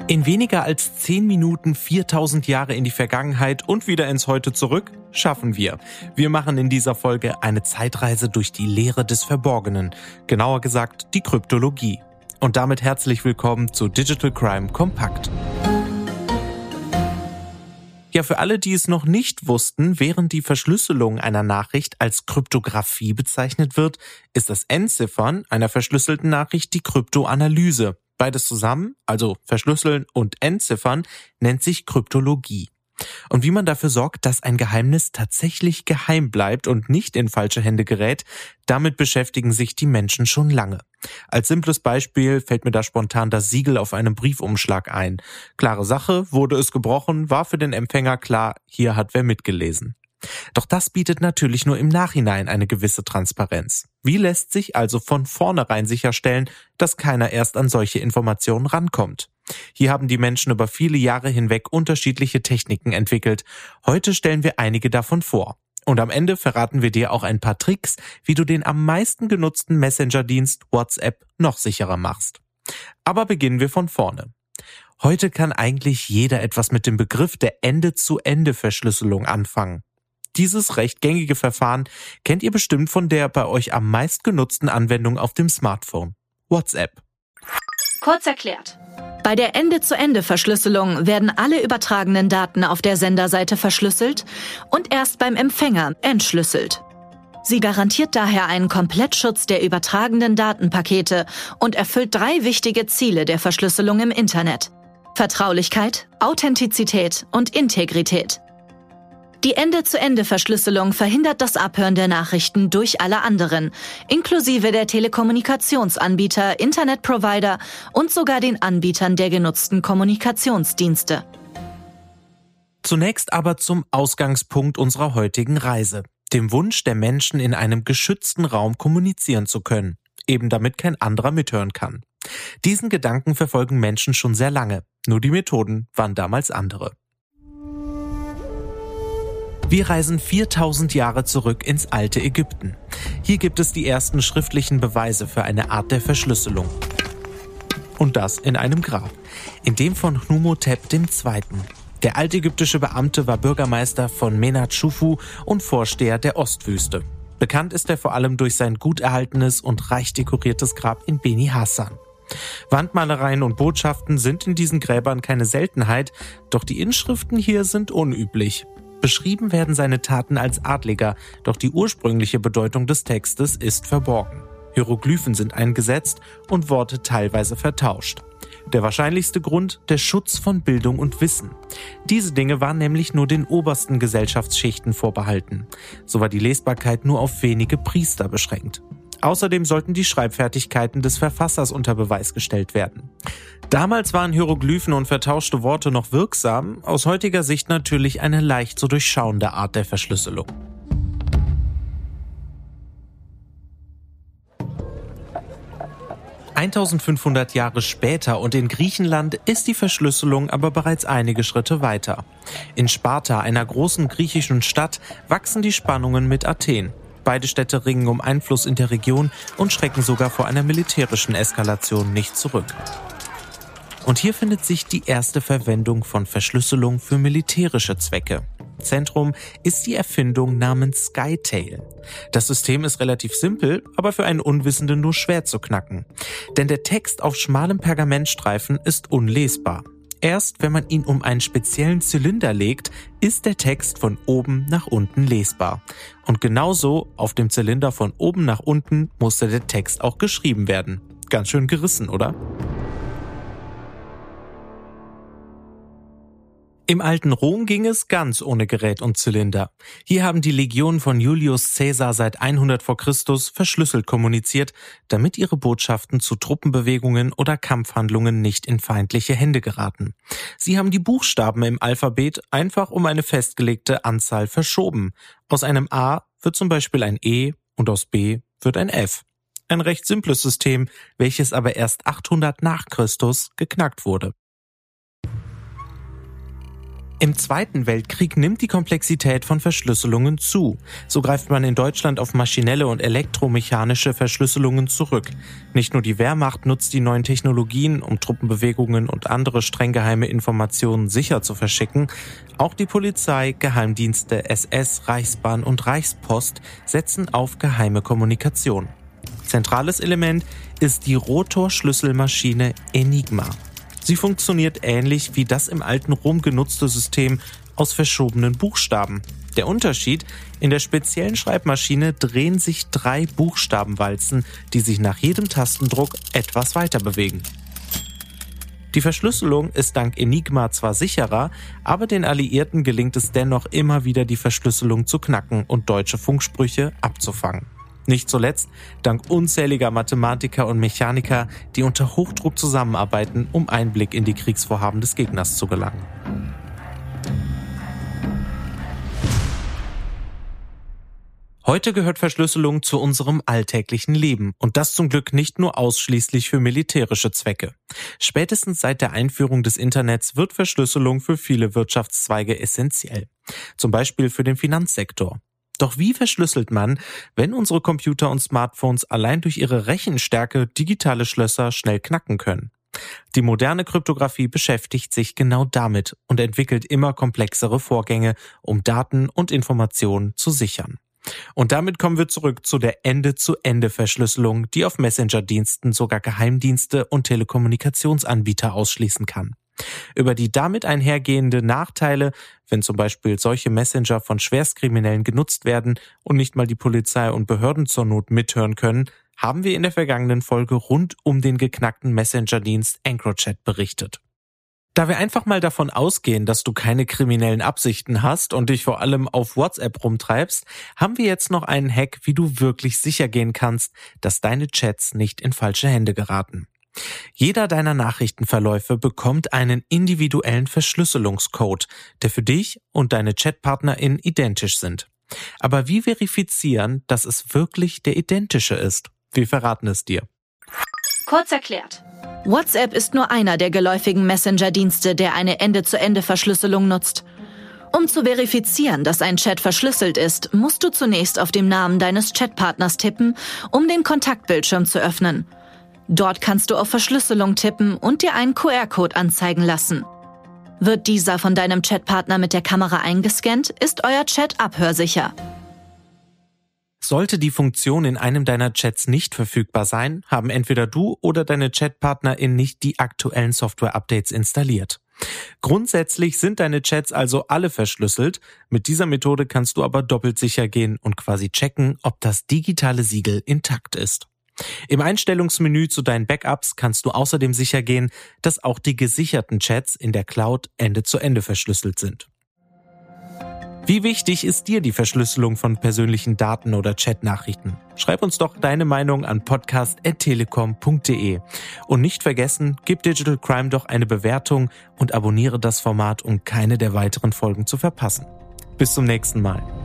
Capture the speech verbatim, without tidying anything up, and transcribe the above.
In weniger als zehn Minuten viertausend Jahre in die Vergangenheit und wieder ins Heute zurück schaffen wir. Wir machen in dieser Folge eine Zeitreise durch die Lehre des Verborgenen, genauer gesagt die Kryptologie. Und damit herzlich willkommen zu Digital Crime Kompakt. Ja, für alle, die es noch nicht wussten, während die Verschlüsselung einer Nachricht als Kryptographie bezeichnet wird, ist das Entziffern einer verschlüsselten Nachricht die Kryptoanalyse. Beides zusammen, also verschlüsseln und entziffern, nennt sich Kryptologie. Und wie man dafür sorgt, dass ein Geheimnis tatsächlich geheim bleibt und nicht in falsche Hände gerät, damit beschäftigen sich die Menschen schon lange. Als simples Beispiel fällt mir da spontan das Siegel auf einem Briefumschlag ein. Klare Sache, wurde es gebrochen, war für den Empfänger klar, hier hat wer mitgelesen. Doch das bietet natürlich nur im Nachhinein eine gewisse Transparenz. Wie lässt sich also von vornherein sicherstellen, dass keiner erst an solche Informationen rankommt? Hier haben die Menschen über viele Jahre hinweg unterschiedliche Techniken entwickelt. Heute stellen wir einige davon vor. Und am Ende verraten wir dir auch ein paar Tricks, wie du den am meisten genutzten Messenger-Dienst WhatsApp noch sicherer machst. Aber beginnen wir von vorne. Heute kann eigentlich jeder etwas mit dem Begriff der Ende-zu-Ende-Verschlüsselung anfangen. Dieses recht gängige Verfahren kennt ihr bestimmt von der bei euch am meist genutzten Anwendung auf dem Smartphone, WhatsApp. Kurz erklärt. Bei der Ende-zu-Ende-Verschlüsselung werden alle übertragenen Daten auf der Senderseite verschlüsselt und erst beim Empfänger entschlüsselt. Sie garantiert daher einen Komplettschutz der übertragenen Datenpakete und erfüllt drei wichtige Ziele der Verschlüsselung im Internet: Vertraulichkeit, Authentizität und Integrität. Die Ende-zu-Ende-Verschlüsselung verhindert das Abhören der Nachrichten durch alle anderen, inklusive der Telekommunikationsanbieter, Internetprovider und sogar den Anbietern der genutzten Kommunikationsdienste. Zunächst aber zum Ausgangspunkt unserer heutigen Reise, dem Wunsch der Menschen, in einem geschützten Raum kommunizieren zu können, eben damit kein anderer mithören kann. Diesen Gedanken verfolgen Menschen schon sehr lange, nur die Methoden waren damals andere. Wir reisen viertausend Jahre zurück ins alte Ägypten. Hier gibt es die ersten schriftlichen Beweise für eine Art der Verschlüsselung. Und das in einem Grab, in dem von Khnumhotep der Zweite. Der altägyptische Beamte war Bürgermeister von Menat Schufu und Vorsteher der Ostwüste. Bekannt ist er vor allem durch sein gut erhaltenes und reich dekoriertes Grab in Beni Hassan. Wandmalereien und Botschaften sind in diesen Gräbern keine Seltenheit, doch die Inschriften hier sind unüblich. Beschrieben werden seine Taten als Adliger, doch die ursprüngliche Bedeutung des Textes ist verborgen. Hieroglyphen sind eingesetzt und Worte teilweise vertauscht. Der wahrscheinlichste Grund: der Schutz von Bildung und Wissen. Diese Dinge waren nämlich nur den obersten Gesellschaftsschichten vorbehalten. So war die Lesbarkeit nur auf wenige Priester beschränkt. Außerdem sollten die Schreibfertigkeiten des Verfassers unter Beweis gestellt werden. Damals waren Hieroglyphen und vertauschte Worte noch wirksam, aus heutiger Sicht natürlich eine leicht zu durchschauende Art der Verschlüsselung. eintausendfünfhundert Jahre später und in Griechenland ist die Verschlüsselung aber bereits einige Schritte weiter. In Sparta, einer großen griechischen Stadt, wachsen die Spannungen mit Athen. Beide Städte ringen um Einfluss in der Region und schrecken sogar vor einer militärischen Eskalation nicht zurück. Und hier findet sich die erste Verwendung von Verschlüsselung für militärische Zwecke. Zentrum ist die Erfindung namens Scytale. Das System ist relativ simpel, aber für einen Unwissenden nur schwer zu knacken. Denn der Text auf schmalem Pergamentstreifen ist unlesbar. Erst wenn man ihn um einen speziellen Zylinder legt, ist der Text von oben nach unten lesbar. Und genauso auf dem Zylinder von oben nach unten musste der Text auch geschrieben werden. Ganz schön gerissen, oder? Im alten Rom ging es ganz ohne Gerät und Zylinder. Hier haben die Legionen von Julius Caesar seit hundert vor Christus verschlüsselt kommuniziert, damit ihre Botschaften zu Truppenbewegungen oder Kampfhandlungen nicht in feindliche Hände geraten. Sie haben die Buchstaben im Alphabet einfach um eine festgelegte Anzahl verschoben. Aus einem A wird zum Beispiel ein E und aus B wird ein F. Ein recht simples System, welches aber erst achthundert nach Christus geknackt wurde. Im Zweiten Weltkrieg nimmt die Komplexität von Verschlüsselungen zu. So greift man in Deutschland auf maschinelle und elektromechanische Verschlüsselungen zurück. Nicht nur die Wehrmacht nutzt die neuen Technologien, um Truppenbewegungen und andere streng geheime Informationen sicher zu verschicken. Auch die Polizei, Geheimdienste, S S, Reichsbahn und Reichspost setzen auf geheime Kommunikation. Zentrales Element ist die Rotorschlüsselmaschine Enigma. Sie funktioniert ähnlich wie das im alten Rom genutzte System aus verschobenen Buchstaben. Der Unterschied: In der speziellen Schreibmaschine drehen sich drei Buchstabenwalzen, die sich nach jedem Tastendruck etwas weiter bewegen. Die Verschlüsselung ist dank Enigma zwar sicherer, aber den Alliierten gelingt es dennoch immer wieder, die Verschlüsselung zu knacken und deutsche Funksprüche abzufangen. Nicht zuletzt dank unzähliger Mathematiker und Mechaniker, die unter Hochdruck zusammenarbeiten, um Einblick in die Kriegsvorhaben des Gegners zu gelangen. Heute gehört Verschlüsselung zu unserem alltäglichen Leben und das zum Glück nicht nur ausschließlich für militärische Zwecke. Spätestens seit der Einführung des Internets wird Verschlüsselung für viele Wirtschaftszweige essentiell. Zum Beispiel für den Finanzsektor. Doch wie verschlüsselt man, wenn unsere Computer und Smartphones allein durch ihre Rechenstärke digitale Schlösser schnell knacken können? Die moderne Kryptographie beschäftigt sich genau damit und entwickelt immer komplexere Vorgänge, um Daten und Informationen zu sichern. Und damit kommen wir zurück zu der Ende-zu-Ende-Verschlüsselung, die auf Messenger-Diensten sogar Geheimdienste und Telekommunikationsanbieter ausschließen kann. Über die damit einhergehende Nachteile, wenn zum Beispiel solche Messenger von Schwerstkriminellen genutzt werden und nicht mal die Polizei und Behörden zur Not mithören können, haben wir in der vergangenen Folge rund um den geknackten Messenger-Dienst EncroChat berichtet. Da wir einfach mal davon ausgehen, dass du keine kriminellen Absichten hast und dich vor allem auf WhatsApp rumtreibst, haben wir jetzt noch einen Hack, wie du wirklich sicher gehen kannst, dass deine Chats nicht in falsche Hände geraten. Jeder deiner Nachrichtenverläufe bekommt einen individuellen Verschlüsselungscode, der für dich und deine ChatpartnerInnen identisch sind. Aber wie verifizieren, dass es wirklich der identische ist? Wir verraten es dir. Kurz erklärt. WhatsApp ist nur einer der geläufigen Messenger-Dienste, der eine Ende-zu-Ende-Verschlüsselung nutzt. Um zu verifizieren, dass ein Chat verschlüsselt ist, musst du zunächst auf dem Namen deines Chatpartners tippen, um den Kontaktbildschirm zu öffnen. Dort kannst du auf Verschlüsselung tippen und dir einen Q R-Code anzeigen lassen. Wird dieser von deinem Chatpartner mit der Kamera eingescannt, ist euer Chat abhörsicher. Sollte die Funktion in einem deiner Chats nicht verfügbar sein, haben entweder du oder deine ChatpartnerInnen nicht die aktuellen Software-Updates installiert. Grundsätzlich sind deine Chats also alle verschlüsselt. Mit dieser Methode kannst du aber doppelt sicher gehen und quasi checken, ob das digitale Siegel intakt ist. Im Einstellungsmenü zu deinen Backups kannst du außerdem sicher gehen, dass auch die gesicherten Chats in der Cloud Ende-zu-Ende verschlüsselt sind. Wie wichtig ist dir die Verschlüsselung von persönlichen Daten oder Chatnachrichten? Schreib uns doch deine Meinung an podcast at telekom punkt de. Und nicht vergessen, gib Digital Crime doch eine Bewertung und abonniere das Format, um keine der weiteren Folgen zu verpassen. Bis zum nächsten Mal.